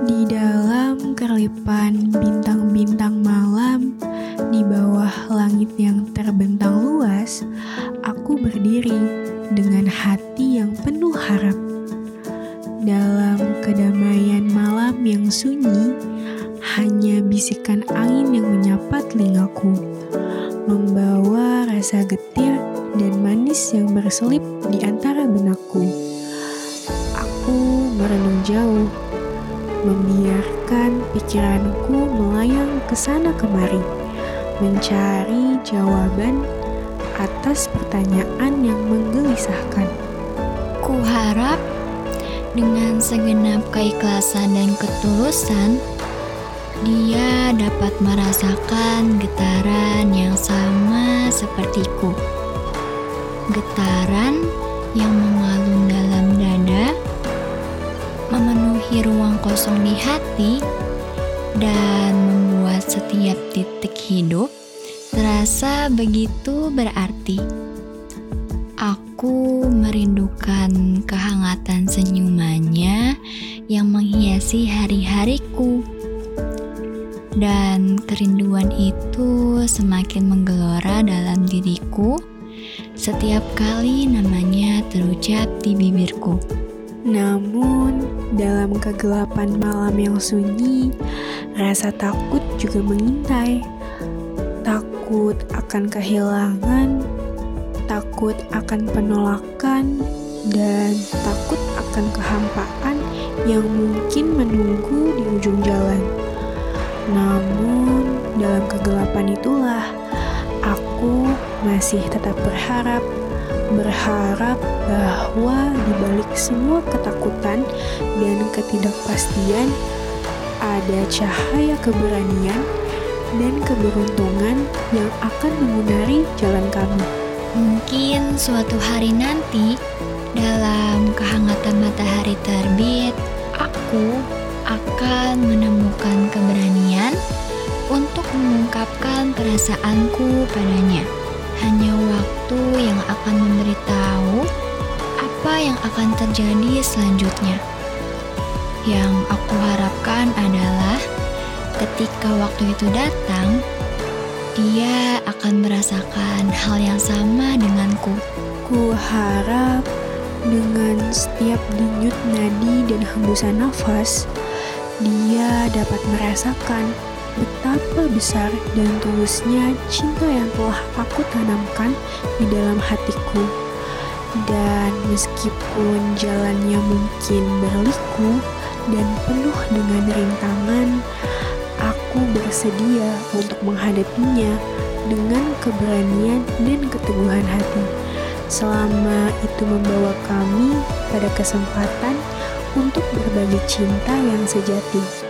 Di dalam kerlipan bintang-bintang malam, di bawah langit yang terbentang luas, aku berdiri dengan hati yang penuh harap. Dalam kedamaian malam yang sunyi, hanya bisikan angin yang menyapa telingaku, membawa rasa getir dan manis yang berselip di antara benakku. Aku merenung jauh, membiarkan pikiranku melayang ke sana kemari, mencari jawaban atas pertanyaan yang menggelisahkan. Ku harap dengan segenap keikhlasan dan ketulusan, dia dapat merasakan getaran yang sama sepertiku. Getaran yang mengalun dalam dada, memenuhi ruang kosong di hati, dan membuat setiap titik hidup terasa begitu berarti. Aku merindukan kehangatan senyumannya yang menghiasi hari-hariku. Dan kerinduan itu semakin menggelora dalam diriku setiap kali namanya terucap di bibirku. Namun, dalam kegelapan malam yang sunyi, rasa takut juga mengintai. Takut akan kehilangan, takut akan penolakan, dan takut akan kehampaan yang mungkin menunggu di ujung jalan. Namun, dalam kegelapan itulah aku masih tetap berharap bahwa di balik semua ketakutan dan ketidakpastian ada cahaya keberanian dan keberuntungan yang akan menyinari jalan kami. Mungkin suatu hari nanti, dalam kehangatan matahari terbit, aku akan menemukan keberanian untuk mengungkapkan perasaanku padanya. Hanya waktu yang akan memberitahu apa yang akan terjadi selanjutnya. Yang aku harapkan adalah ketika waktu itu datang, dia akan merasakan hal yang sama denganku. Ku harap dengan setiap denyut nadi dan hembusan nafas, dia dapat merasakan betapa besar dan tulusnya cinta yang telah aku tanamkan di dalam hatiku. Dan meskipun jalannya mungkin berliku dan penuh dengan rintangan, aku bersedia untuk menghadapinya dengan keberanian dan keteguhan hati, selama itu membawa kami pada kesempatan untuk berbagi cinta yang sejati.